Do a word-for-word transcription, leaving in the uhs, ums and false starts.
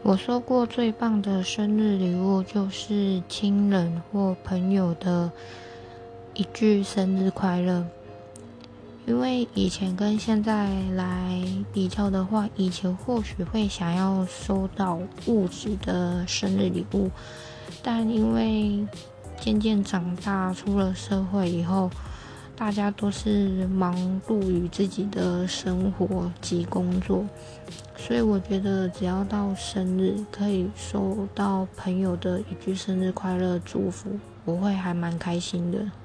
我收过最棒的生日礼物就是亲人或朋友的一句生日快乐。因为以前跟现在来比较的话，以前或许会想要收到物质的生日礼物，但因为渐渐长大，出了社会以后，大家都是忙碌于自己的生活及工作，所以我觉得只要到生日可以收到朋友的一句生日快乐祝福，我会还蛮开心的。